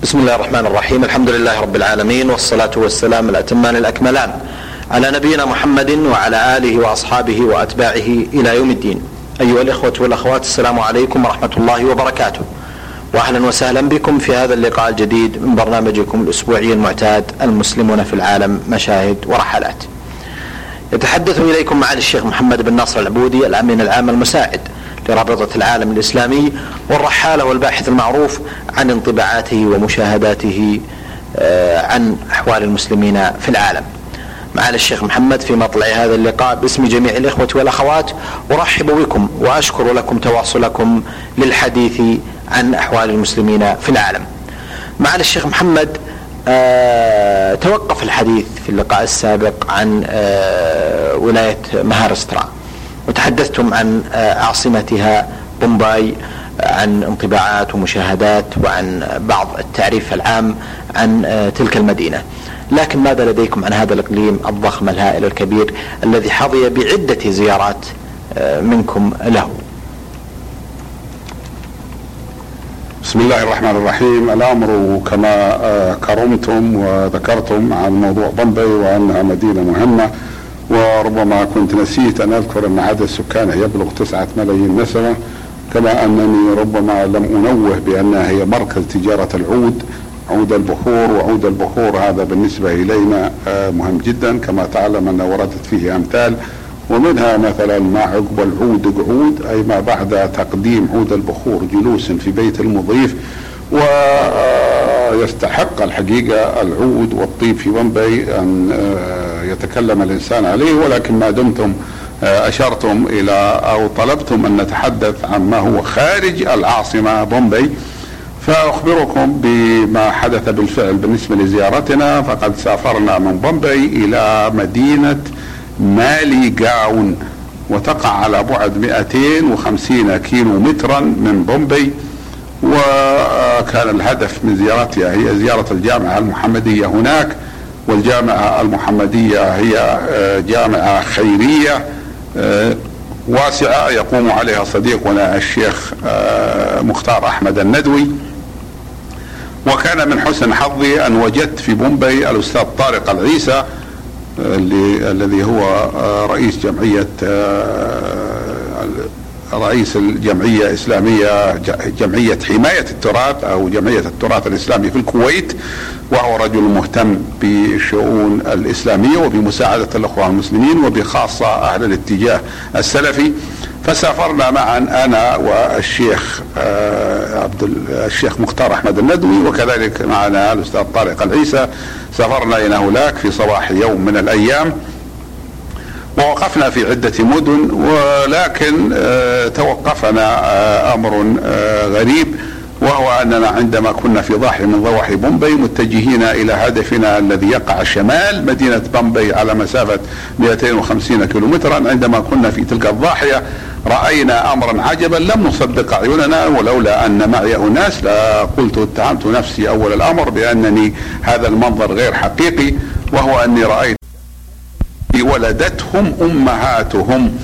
بسم الله الرحمن الرحيم. الحمد لله رب العالمين، والصلاة والسلام الأتمان الأكملان على نبينا محمد وعلى آله وأصحابه وأتباعه إلى يوم الدين. أيها الإخوة والأخوات، السلام عليكم ورحمة الله وبركاته، وأهلا وسهلا بكم في هذا اللقاء الجديد من برنامجكم الأسبوعي المعتاد المسلمون في العالم مشاهد ورحلات. يتحدث إليكم معالي الشيخ محمد بن ناصر العبودي، الأمين العام المساعد لرابطة العالم الإسلامي والرحالة والباحث المعروف عن انطباعاته ومشاهداته عن أحوال المسلمين في العالم. معالي الشيخ محمد في مطلع هذا اللقاء باسم جميع الإخوة والأخوات أرحب بكم وأشكر لكم تواصلكم للحديث عن أحوال المسلمين في العالم. معالي الشيخ محمد، توقف الحديث في اللقاء السابق عن ولاية مهاراشترا، وتحدثتم عن عاصمتها بومباي، عن انطباعات ومشاهدات وعن بعض التعريف العام عن تلك المدينة، لكن ماذا لديكم عن هذا الإقليم الضخم الهائل الكبير الذي حظي بعدة زيارات منكم له؟ بسم الله الرحمن الرحيم. الأمر كما كرمتم وذكرتم عن موضوع بومباي وأنها مدينة مهمة، وربما كنت نسيت أن أذكر أن عدد سكانها يبلغ 9 ملايين نسمة، كما أنني ربما لم أنوه بأنها هي مركز تجارة العود، عود البخور. وعود البخور هذا بالنسبة إلينا مهم جدا، كما تعلم أن وردت فيه أمثال، ومنها مثلا ما عقب العود قعود، أي ما بعد تقديم عود البخور جلوس في بيت المضيف. ويستحق الحقيقة العود والطيب في بومباي أن يتكلم الإنسان عليه، ولكن ما دمتم أشرتم إلى أو طلبتم أن نتحدث عن ما هو خارج العاصمة بومباي، فأخبركم بما حدث بالفعل بالنسبة لزيارتنا. فقد سافرنا من بومباي إلى مدينة ماليغاون، وتقع على بعد 250 كيلو مترا من بومباي. وكان الهدف من زيارتها هي زيارة الجامعة المحمدية هناك، والجامعة المحمدية هي جامعة خيرية واسعة يقوم عليها صديقنا الشيخ مختار أحمد الندوي. وكان من حسن حظي أن وجدت في بومباي الأستاذ طارق العيسى الذي هو رئيس الجمعية الإسلامية، جمعية حماية التراث أو جمعية التراث الإسلامي في الكويت، وهو رجل مهتم بالشؤون الإسلامية وبمساعدة الأخوة المسلمين وبخاصة أهل الاتجاه السلفي. فسافرنا معا أنا والشيخ الشيخ مختار أحمد الندوي، وكذلك معنا الأستاذ طارق العيسى. سافرنا إلى هناك في صباح يوم من الأيام، ووقفنا في عدة مدن، ولكن توقفنا أمر غريب، وهو أننا عندما كنا في ضاحية من ضواحي بومباي متجهين إلى هدفنا الذي يقع شمال مدينة بومباي على مسافة 250 كيلومترا، عندما كنا في تلك الضاحية رأينا أمرا عجبا لم نصدق أعيننا، ولولا أن معي أناس لقلت اتهمت نفسي أول الأمر بأنني هذا المنظر غير حقيقي، وهو أني رأيت ولدتهم أمهاتهم.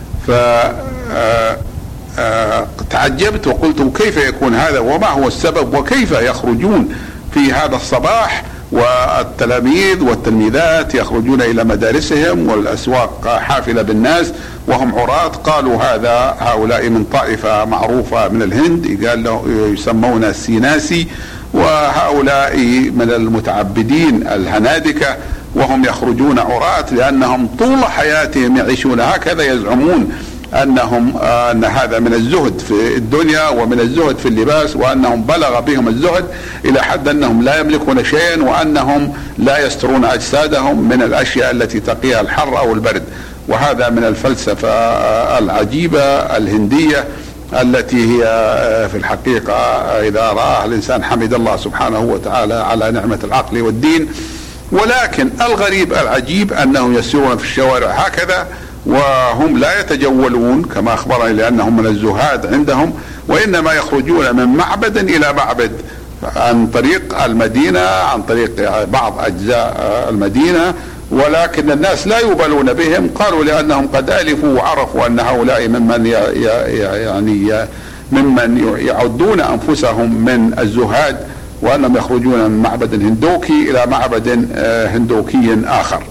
فتعجبت وقلت كيف يكون هذا، وما هو السبب، وكيف يخرجون في هذا الصباح والتلاميذ والتلميذات يخرجون إلى مدارسهم والأسواق حافلة بالناس وهم عراة. قالوا هؤلاء من طائفة معروفة من الهند، قال له يسمون السيناسي، وهؤلاء من المتعبدين الهنادكة، وهم يخرجون عراة لأنهم طول حياتهم يعيشون هكذا، يزعمون أن هذا من الزهد في الدنيا ومن الزهد في اللباس، وأنهم بلغ بهم الزهد إلى حد أنهم لا يملكون شيئا، وأنهم لا يسترون أجسادهم من الأشياء التي تقيها الحر أو البرد. وهذا من الفلسفة العجيبة الهندية التي هي في الحقيقة إذا رآها الإنسان حمد الله سبحانه وتعالى على نعمة العقل والدين. ولكن الغريب العجيب أنهم يسيرون في الشوارع هكذا، وهم لا يتجولون كما أخبرني لأنهم من الزهاد عندهم، وإنما يخرجون من معبد إلى معبد عن طريق المدينة، عن طريق بعض أجزاء المدينة، ولكن الناس لا يبالون بهم. قالوا لأنهم قد ألفوا وعرفوا أن هؤلاء ممن يعدون أنفسهم من الزهاد وأنهم يخرجون من معبد هندوكي إلى معبد هندوكي آخر.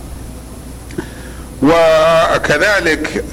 وكذلك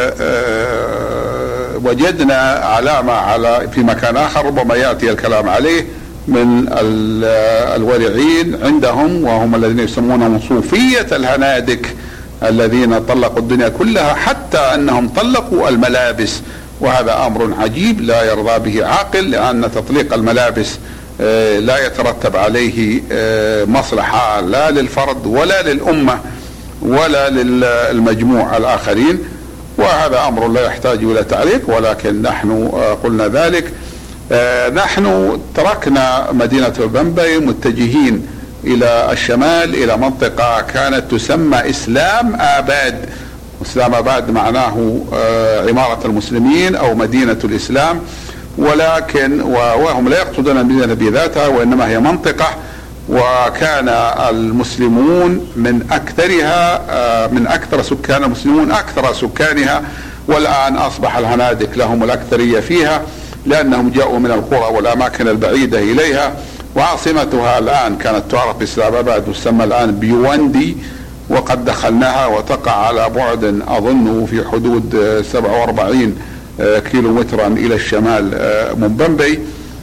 وجدنا علامة في مكان آخر ربما يأتي الكلام عليه من الورعين عندهم، وهم الذين يسمونهم صوفية الهنادك الذين طلقوا الدنيا كلها حتى أنهم طلقوا الملابس، وهذا أمر عجيب لا يرضى به عاقل، لأن تطليق الملابس لا يترتب عليه مصلحة لا للفرد ولا للأمة ولا للمجموع الآخرين، وهذا أمر لا يحتاج إلى تعليق. ولكن نحن قلنا ذلك. نحن تركنا مدينة بمبي متجهين إلى الشمال إلى منطقة كانت تسمى إسلام آباد. إسلام آباد معناه عمارة المسلمين أو مدينة الإسلام، ولكن وهم لا يقصدون المدينة بذاتها، وإنما هي منطقة، وكان المسلمون من أكثر سكان المسلمون أكثر سكانها، والآن أصبح الهنادك لهم الأكثرية فيها لأنهم جاءوا من القرى والأماكن البعيدة إليها. وعاصمتها الآن كانت تعرف إسلام آباد وتسمى الآن بيواندي، وقد دخلناها وتقع على بعد أظنه في حدود 47 كيلومترا إلى الشمال من بمبي.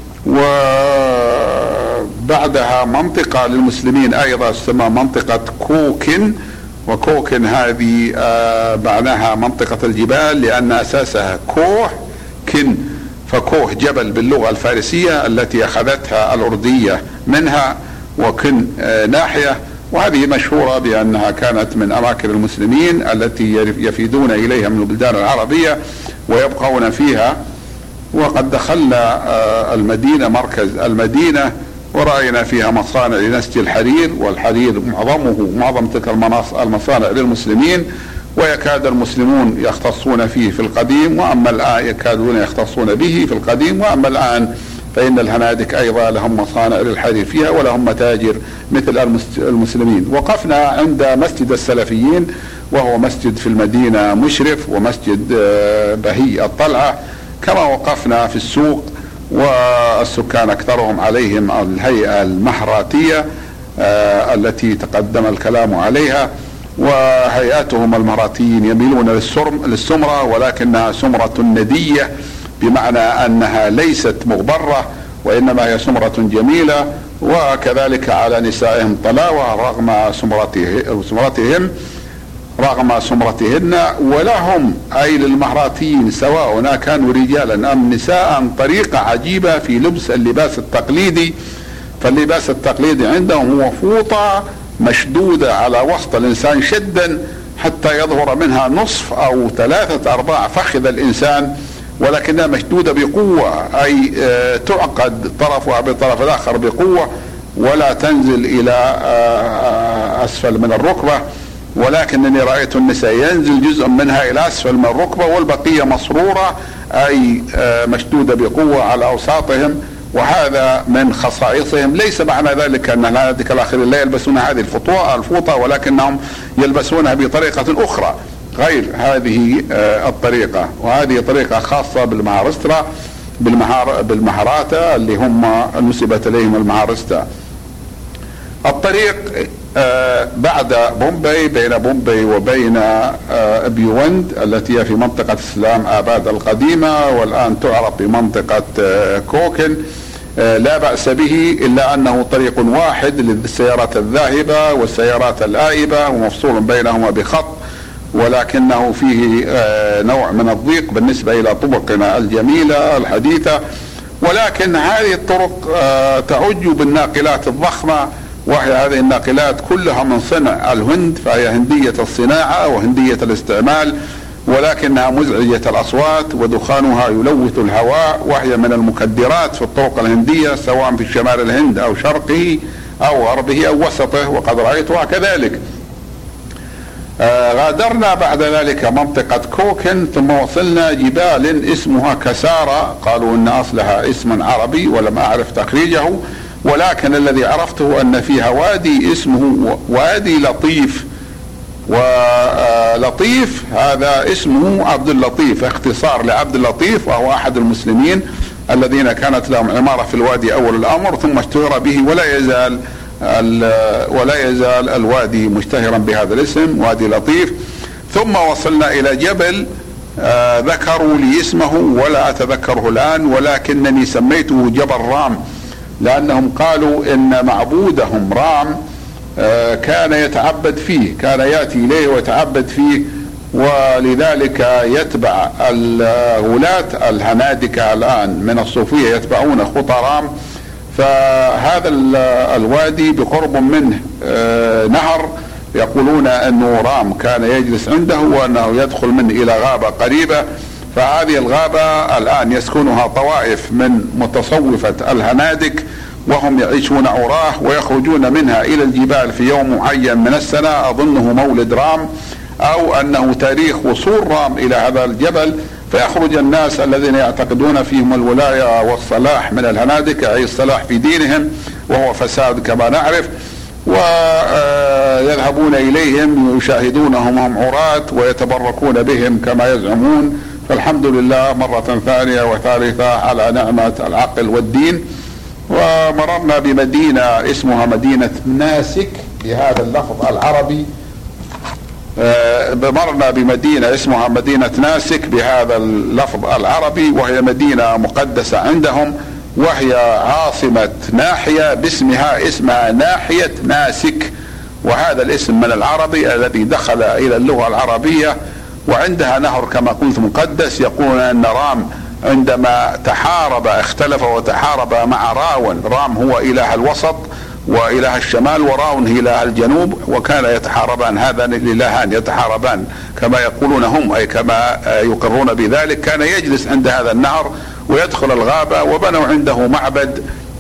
وبعدها منطقة للمسلمين أيضا تسمى منطقة كوكن، وكوكن هذه معناها منطقة الجبال لأن أساسها كوه كن، فكوه جبل باللغة الفارسية التي أخذتها الأردية منها، وكن ناحية. وهذه مشهورة بأنها كانت من أماكن المسلمين التي يفيدون إليها من البلدان العربية ويبقون فيها. وقد دخلنا المدينة مركز المدينة ورأينا فيها مصانع لنسج الحرير، والحرير معظم تلك المصانع للمسلمين، ويكاد المسلمون يختصون فيه في القديم، وأما الآن يكادون يختصون به في القديم، وأما الآن فإن الهنادك أيضا لهم مصانع للحرير فيها ولهم متاجر مثل المسلمين. وقفنا عند مسجد السلفيين، وهو مسجد في المدينة مشرف ومسجد بهي الطلعة، كما وقفنا في السوق، والسكان أكثرهم عليهم الهيئة المهراتية التي تقدم الكلام عليها، وهيئتهم المهراتيين يميلون للسمرة، ولكنها سمرة ندية، بمعنى أنها ليست مغبرة وإنما هي سمرة جميلة. وكذلك على نسائهم طلاوة رغم سمرتهن، ولهم أي للمهراتيين سواء كانوا رجالا أم نساء طريقة عجيبة في لبس اللباس التقليدي. فاللباس التقليدي عندهم هو فوطة مشدودة على وسط الإنسان شدا حتى يظهر منها نصف أو 3/4 فخذ الإنسان، ولكنها مشدودة بقوة، أي تعقد طرفها بالطرف الآخر بقوة ولا تنزل إلى أسفل من الركبة. ولكنني رأيت النساء ينزل جزء منها إلى أسفل من الركبة والبقية مصرورة، أي مشدودة بقوة على أوساطهم، وهذا من خصائصهم. ليس معنى ذلك أن الهنادك الآخرين لا يلبسون هذه الفوطة، ولكنهم يلبسونها بطريقة أخرى غير هذه الطريقة، وهذه طريقة خاصة بالمهاراتا اللي هم نسبت إليهم المهارستا. الطريق بعد بومبي، بين بومبي وبين بيوند التي هي في منطقة إسلام آباد القديمة والآن تعرف بمنطقة كوكن، لا بأس به، إلا أنه طريق واحد للسيارات الذاهبة والسيارات الآئبة ومفصول بينهما بخط، ولكنه فيه نوع من الضيق بالنسبة إلى طرقنا الجميلة الحديثة. ولكن هذه الطرق تعج بالناقلات الضخمة، وهي هذه الناقلات كلها من صنع الهند، فهي هندية الصناعة وهندية الاستعمال، ولكنها مزعجة الأصوات ودخانها يلوث الهواء، وهي من المكدرات في الطرق الهندية سواء في شمال الهند أو شرقه أو غربه أو وسطه، وقد رأيتها كذلك. غادرنا بعد ذلك منطقة كوكن، ثم وصلنا جبال اسمها كسارة، قالوا إن أصلها اسم عربي ولم أعرف تخريجه، ولكن الذي عرفته أن فيها وادي اسمه وادي لطيف، ولطيف هذا اسمه عبد اللطيف، اختصار لعبد اللطيف، وهو أحد المسلمين الذين كانت لهم عمارة في الوادي أول الأمر، ثم اشتهر به ولا يزال الوادي مشتهرا بهذا الاسم، وادي لطيف. ثم وصلنا إلى جبل ذكروا لي اسمه ولا أتذكره الآن، ولكنني سميته جبل رام، لأنهم قالوا إن معبودهم رام كان يتعبد فيه، كان يأتي إليه ويتعبد فيه، ولذلك يتبع الغلاة الهنادكة الآن من الصوفية يتبعون خطى رام. فهذا الوادي بقرب منه نهر، يقولون أنه رام كان يجلس عنده، وأنه يدخل منه إلى غابة قريبة. فهذه الغابة الآن يسكنها طوائف من متصوفة الهنادك، وهم يعيشون عراه ويخرجون منها إلى الجبال في يوم معين من السنة، أظنه مولد رام أو أنه تاريخ وصول رام إلى هذا الجبل، فيخرج الناس الذين يعتقدون فيهم الولاية والصلاح من الهنادكة، أي الصلاح في دينهم وهو فساد كما نعرف، ويذهبون إليهم يشاهدونهم هم عراة ويتبركون بهم كما يزعمون. فالحمد لله مرة ثانية وثالثة على نعمة العقل والدين. ومررنا بمدينة اسمها مدينة ناسك بهذا اللفظ العربي، مررنا بمدينة اسمها مدينة ناسك بهذا اللفظ العربي، وهي مدينة مقدسة عندهم، وهي عاصمة ناحية اسمها ناحية ناسك، وهذا الاسم من العربي الذي دخل إلى اللغة العربية. وعندها نهر كما قلت مقدس، يقولون أن رام عندما اختلف وتحارب مع راون، رام هو إله الوسط وإله الشمال، وراون هي إله الجنوب، وكان يتحاربان، هذان الإلهان يتحاربان كما يقولون هم، أي كما يقرون بذلك. كان يجلس عند هذا النهر ويدخل الغابة، وبنوا عنده معبد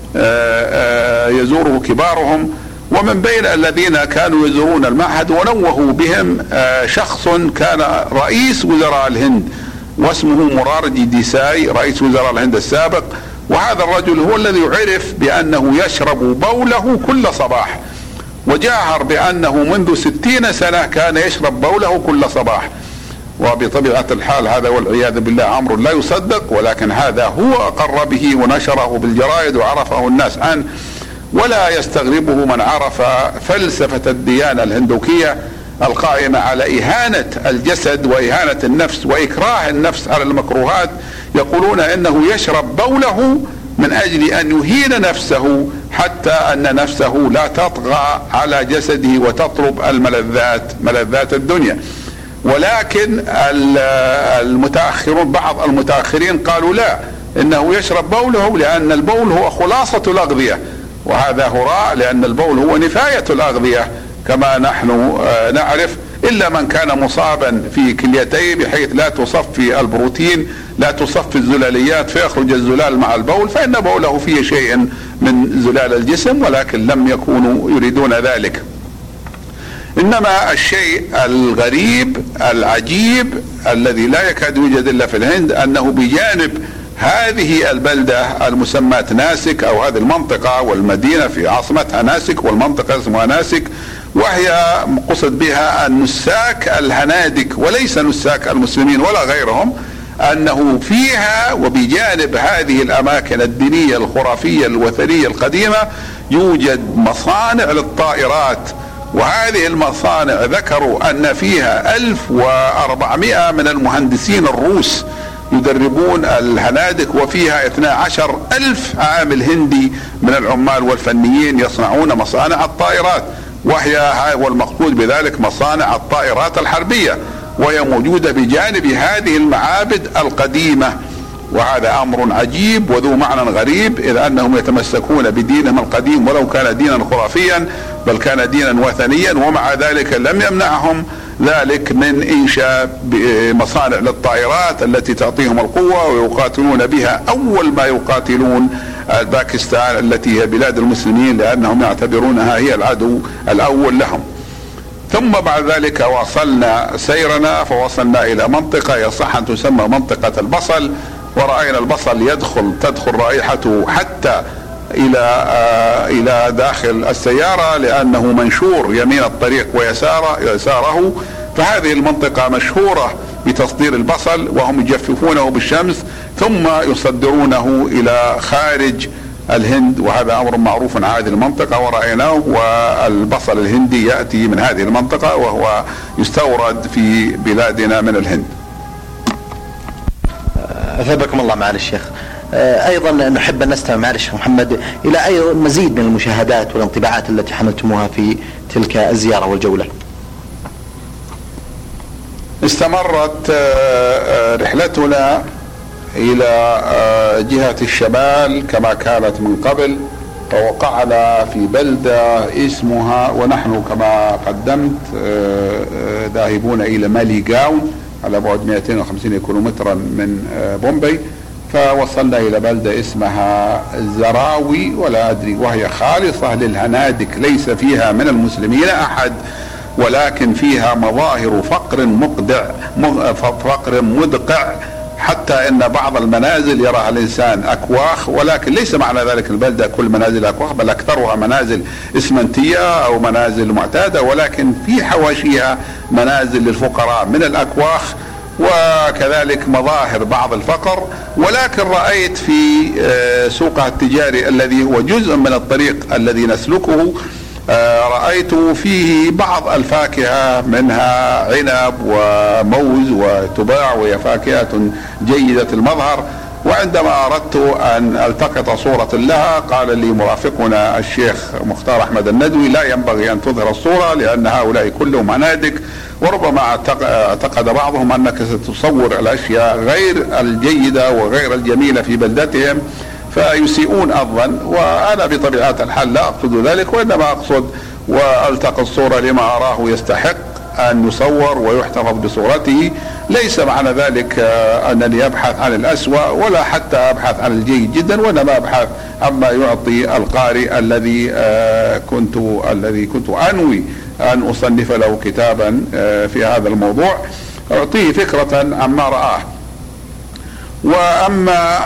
يزوره كبارهم. ومن بين الذين كانوا يزورون المعهد ونوهوا بهم شخص كان رئيس وزراء الهند، واسمه مرارجي ديساي، رئيس وزراء الهند السابق. وهذا الرجل هو الذي عرف بأنه يشرب بوله كل صباح، وجاهر بأنه منذ 60 سنة كان يشرب بوله كل صباح. وبطبيعة الحال هذا والعياذ بالله أمر لا يصدق، ولكن هذا هو أقر به ونشره بالجرائد وعرفه الناس عنه. ولا يستغربه من عرف فلسفة الديانة الهندوكية القائمة على إهانة الجسد وإهانة النفس وإكراه النفس على المكروهات. يقولون إنه يشرب بوله من أجل أن يهين نفسه، حتى أن نفسه لا تطغى على جسده وتطلب ملذات الدنيا. ولكن بعض المتأخرين قالوا لا، إنه يشرب بوله لأن البول هو خلاصة الأغذية، وهذا هراء، لأن البول هو نفاية الأغذية كما نحن نعرف، إلا من كان مصابا في كليتيه بحيث لا تصفي البروتين، لا تصفي الزلاليات، فيخرج الزلال مع البول، فإن بوله فيه شيء من زلال الجسم، ولكن لم يكونوا يريدون ذلك. إنما الشيء الغريب العجيب الذي لا يكاد يوجد إلا في الهند، أنه بجانب هذه البلدة المسماة ناسك أو هذه المنطقة، والمدينة في عاصمتها ناسك والمنطقة اسمها ناسك، وهي قصد بها النساك الهنادك وليس نساك المسلمين ولا غيرهم، أنه فيها وبجانب هذه الأماكن الدينية الخرافية الوثنية القديمة يوجد مصانع للطائرات. وهذه المصانع ذكروا أن فيها 1400 من المهندسين الروس يدربون الهنادك، وفيها 12,000 عامل هندي من العمال والفنيين يصنعون مصانع الطائرات، والمقصود بذلك مصانع الطائرات الحربية، وهي موجودة بجانب هذه المعابد القديمة. وهذا أمر عجيب وذو معنى غريب، إذ أنهم يتمسكون بدينهم القديم ولو كان دينا خرافيا، بل كان دينا وثنيا، ومع ذلك لم يمنعهم ذلك من إنشاء مصانع للطائرات التي تعطيهم القوة ويقاتلون بها. أول ما يقاتلون باكستان التي هي بلاد المسلمين، لأنهم يعتبرونها هي العدو الأول لهم. ثم بعد ذلك واصلنا سيرنا فوصلنا إلى منطقة يصح أن تسمى منطقة البصل، ورأينا البصل تدخل رائحته حتى إلى داخل السيارة، لأنه منشور يمين الطريق ويساره، فهذه المنطقة مشهورة بتصدير البصل، وهم يجففونه بالشمس ثم يصدرونه إلى خارج الهند، وهذا أمر معروف عن هذه المنطقة ورأيناه. والبصل الهندي يأتي من هذه المنطقة وهو يستورد في بلادنا من الهند. أثابكم الله معالي الشيخ. أيضا نحب أن نستمع معالي الشيخ محمد إلى أي مزيد من المشاهدات والانطباعات التي حملتموها في تلك الزيارة والجولة. استمرت رحلتنا إلى جهة الشمال كما كانت من قبل، فوقعنا في بلدة اسمها، ونحن كما قدمت ذاهبون إلى ماليغاون على بعد 250 كيلومترا من بومبي، فوصلنا إلى بلدة اسمها زراوي ولا أدري، وهي خالصة للهنادك، ليس فيها من المسلمين أحد، ولكن فيها مظاهر فقر مدقع، حتى ان بعض المنازل يراها الانسان اكواخ، ولكن ليس معنى ذلك البلدة كل منازل اكواخ، بل اكثرها منازل اسمنتية او منازل معتادة، ولكن في حواشيها منازل للفقراء من الاكواخ، وكذلك مظاهر بعض الفقر. ولكن رأيت في سوقها التجاري الذي هو جزء من الطريق الذي نسلكه، رأيت فيه بعض الفاكهة، منها عنب وموز وتباع، وهي فاكهة جيدة المظهر. وعندما أردت أن ألتقط صورة لها قال لي مرافقنا الشيخ مختار أحمد الندوي: لا ينبغي أن تظهر الصورة لأن هؤلاء كلهم هنادك، وربما اعتقد بعضهم أنك ستصور الأشياء غير الجيدة وغير الجميلة في بلدتهم فيسيئون الظن. وأنا بطبيعة الحال لا أقصد ذلك، وإنما أقصد والتقط الصورة لما أراه يستحق أن يصور ويحتفظ بصورته. ليس معنى ذلك أنني أبحث عن الأسوأ ولا حتى أبحث عن الجيد جدا، وإنما أبحث عما يعطي القارئ الذي كنت أنوي أن أصنف له كتابا في هذا الموضوع، أعطيه فكرة عما رآه. وأما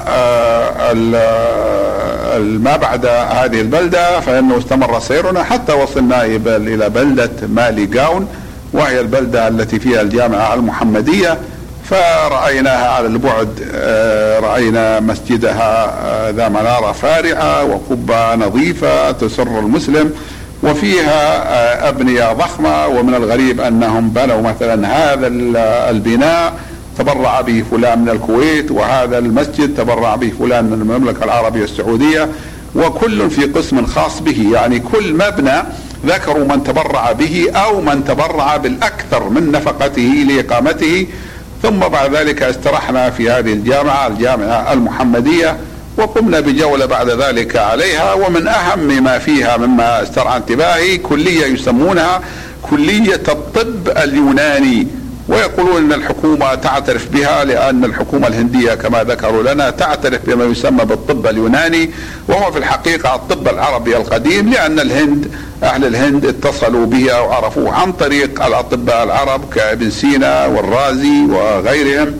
ما بعد هذه البلدة فإنه استمر سيرنا حتى وصلنا إلى بلدة ماليغاون، وهي البلدة التي فيها الجامعة المحمدية، فرأيناها على البعد. رأينا مسجدها ذا منارة فارعة وقبة نظيفة تسر المسلم، وفيها أبنية ضخمة. ومن الغريب أنهم بنوا مثلا هذا البناء تبرع به فلان من الكويت، وهذا المسجد تبرع به فلان من المملكة العربية السعودية، وكل في قسم خاص به. يعني كل مبنى ذكروا من تبرع به أو من تبرع بالأكثر من نفقته لإقامته. ثم بعد ذلك استرحنا في هذه الجامعة المحمدية، وقمنا بجولة بعد ذلك عليها. ومن أهم ما فيها مما استرعى انتباهي كلية يسمونها كلية الطب اليوناني، ويقولون ان الحكومة تعترف بها، لان الحكومة الهندية كما ذكروا لنا تعترف بما يسمى بالطب اليوناني، وهو في الحقيقة الطب العربي القديم، لان اهل الهند اتصلوا به او عرفوه عن طريق الاطباء العرب كابن سينا والرازي وغيرهم.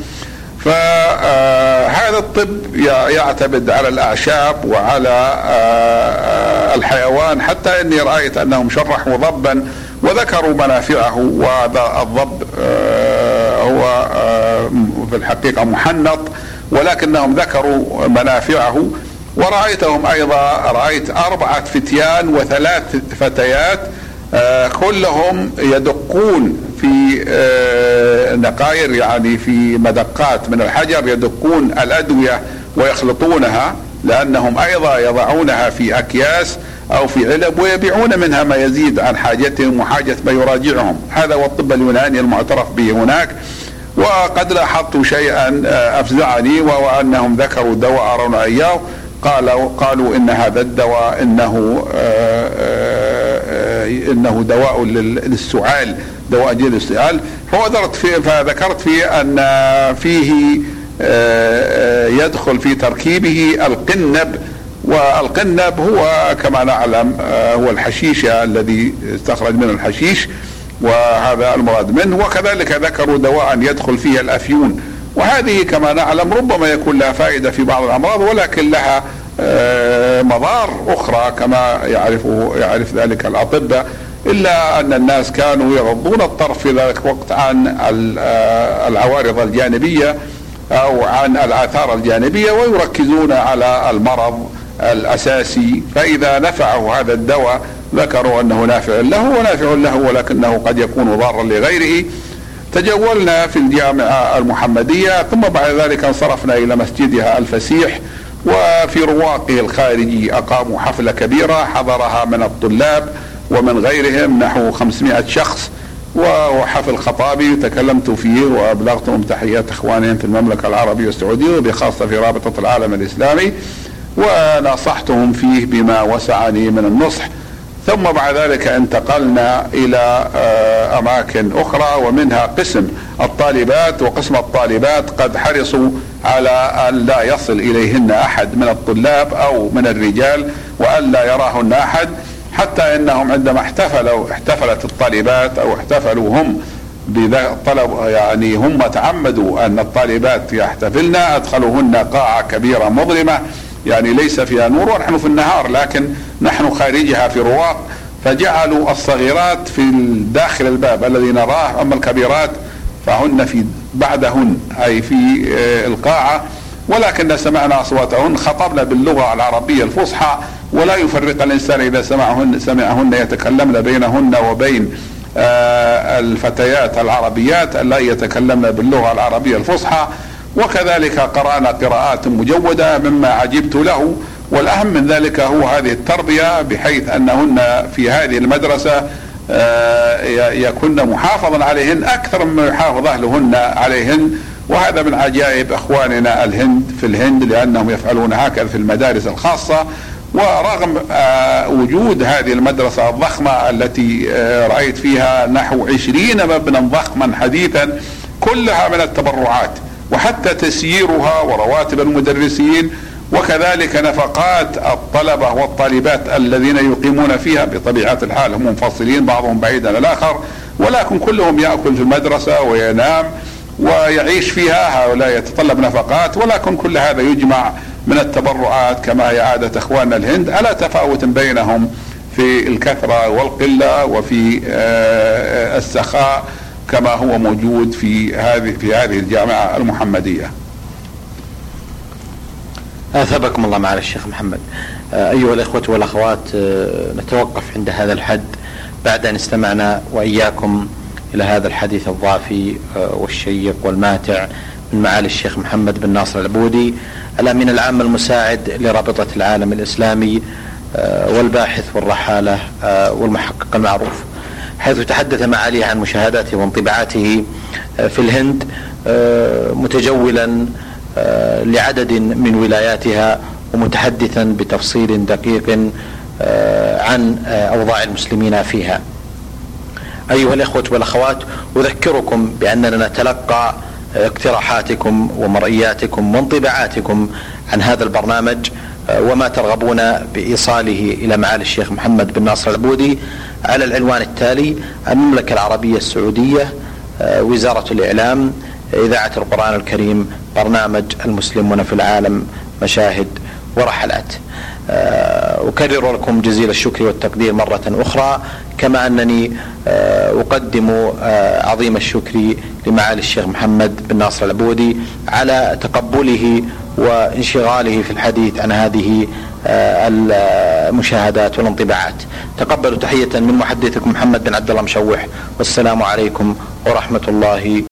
فهذا الطب يعتمد على الاعشاب وعلى الحيوان، حتى اني رأيت انهم شرحوا ضبا وذكروا منافعه. وهذا الضب هو في الحقيقة محنط، ولكنهم ذكروا منافعه. ورأيتهم أيضا، رأيت 4 فتيان و3 فتيات كلهم يدقون في نقاير، يعني في مدقات من الحجر، يدقون الأدوية ويخلطونها، لأنهم أيضا يضعونها في أكياس أو في علب ويبيعون منها ما يزيد عن حاجتهم وحاجة ما يراجعهم. هذا هو الطب اليوناني المعترف به هناك. وقد لاحظت شيئا أفزعني، وهو أنهم ذكروا دواء أرون إياه، قالوا إن هذا الدواء إنه دواء للسعال، دواء جلد السعال. فذكرت فيه أن فيه يدخل في تركيبه القنب، والقنب هو كما نعلم هو الحشيشة الذي استخرج منه الحشيش، وهذا المراد منه. وكذلك ذكروا دواء يدخل فيه الأفيون، وهذه كما نعلم ربما يكون لها فائدة في بعض الأمراض، ولكن لها مضار أخرى كما يعرف ذلك الأطباء. إلا أن الناس كانوا يغضون الطرف في ذلك الوقت عن العوارض الجانبية أو عن الآثار الجانبية، ويركزون على المرض الأساسي. فإذا نفعه هذا الدواء ذكروا أنه نافع له ونافع له، ولكنه قد يكون ضارا لغيره. تجولنا في الجامعة المحمدية، ثم بعد ذلك انصرفنا إلى مسجدها الفسيح. وفي رواقه الخارجي أقاموا حفلة كبيرة حضرها من الطلاب ومن غيرهم نحو 500 شخص، وهو حفل خطابي تكلمت فيه وأبلغتهم تحيات إخوانهم في المملكة العربية السعودية وبخاصة في رابطة العالم الإسلامي، ونصحتهم فيه بما وسعني من النصح. ثم بعد ذلك انتقلنا إلى أماكن أخرى، ومنها قسم الطالبات. وقسم الطالبات قد حرصوا على أن لا يصل إليهن أحد من الطلاب أو من الرجال، وأن لا يراهن أحد، حتى إنهم عندما احتفلت الطالبات أو احتفلوا هم بطلب، يعني هم تعمدوا أن الطالبات يحتفلن، أدخلوهن قاعة كبيرة مظلمة يعني ليس فيها نور، ونحن في النهار لكن نحن خارجها في رواق، فجعلوا الصغيرات في داخل الباب الذي نراه، أما الكبيرات فهن في بعدهن أي في القاعة. ولكن سمعنا أصواتهن، خطبنا باللغة العربية الفصحى، ولا يفرق الإنسان إذا سمعهن يتكلمن بينهن وبين الفتيات العربيات ألا يتكلمن باللغة العربية الفصحى. وكذلك قرأنا قراءات مجودة مما عجبت له، والأهم من ذلك هو هذه التربية، بحيث أنهن في هذه المدرسة يكون محافظا عليهن أكثر مما يحافظ أهلهن عليهن. وهذا من عجائب أخواننا في الهند، لأنهم يفعلون هكذا في المدارس الخاصة. ورغم وجود هذه المدرسة الضخمة التي رأيت فيها نحو 20 مبنى ضخما حديثا كلها من التبرعات، وحتى تسييرها ورواتب المدرسين، وكذلك نفقات الطلبة والطالبات الذين يقيمون فيها، بطبيعة الحال هم منفصلين بعضهم بعيد عن الآخر، ولكن كلهم يأكل في المدرسة وينام ويعيش فيها. هؤلاء يتطلب نفقات، ولكن كل هذا يجمع من التبرعات كما هي عادة أخواننا الهند، على تفاوت بينهم في الكثرة والقلة وفي السخاء كما هو موجود في هذه الجامعة المحمدية. أثابكم الله معالي الشيخ محمد. أيها الإخوة والأخوات، نتوقف عند هذا الحد بعد أن استمعنا وإياكم إلى هذا الحديث الضافي والشيق والماتع من معالي الشيخ محمد بن ناصر العبودي، الأمين العام المساعد لرابطة العالم الإسلامي والباحث والرحالة والمحقق المعروف، حيث تحدث معاليه عن مشاهداته وانطباعاته في الهند، متجولا لعدد من ولاياتها ومتحدثا بتفصيل دقيق عن أوضاع المسلمين فيها. أيها الإخوة والأخوات، أذكركم بأننا نتلقى اقتراحاتكم ومرئياتكم وانطباعاتكم عن هذا البرنامج وما ترغبون بإيصاله إلى معالي الشيخ محمد بن ناصر العبودي على العنوان التالي: المملكة العربية السعودية، وزارة الإعلام، إذاعة القرآن الكريم، برنامج المسلمون في العالم، مشاهد ورحلات. أكرر لكم جزيل الشكر والتقدير مرة أخرى، كما أنني أقدم عظيم الشكر لمعالي الشيخ محمد بن ناصر العبودي على تقبله وانشغاله في الحديث عن هذه المشاهدات والانطباعات. تقبلوا تحية من محدثكم محمد بن عبد الله مشوح، والسلام عليكم ورحمة الله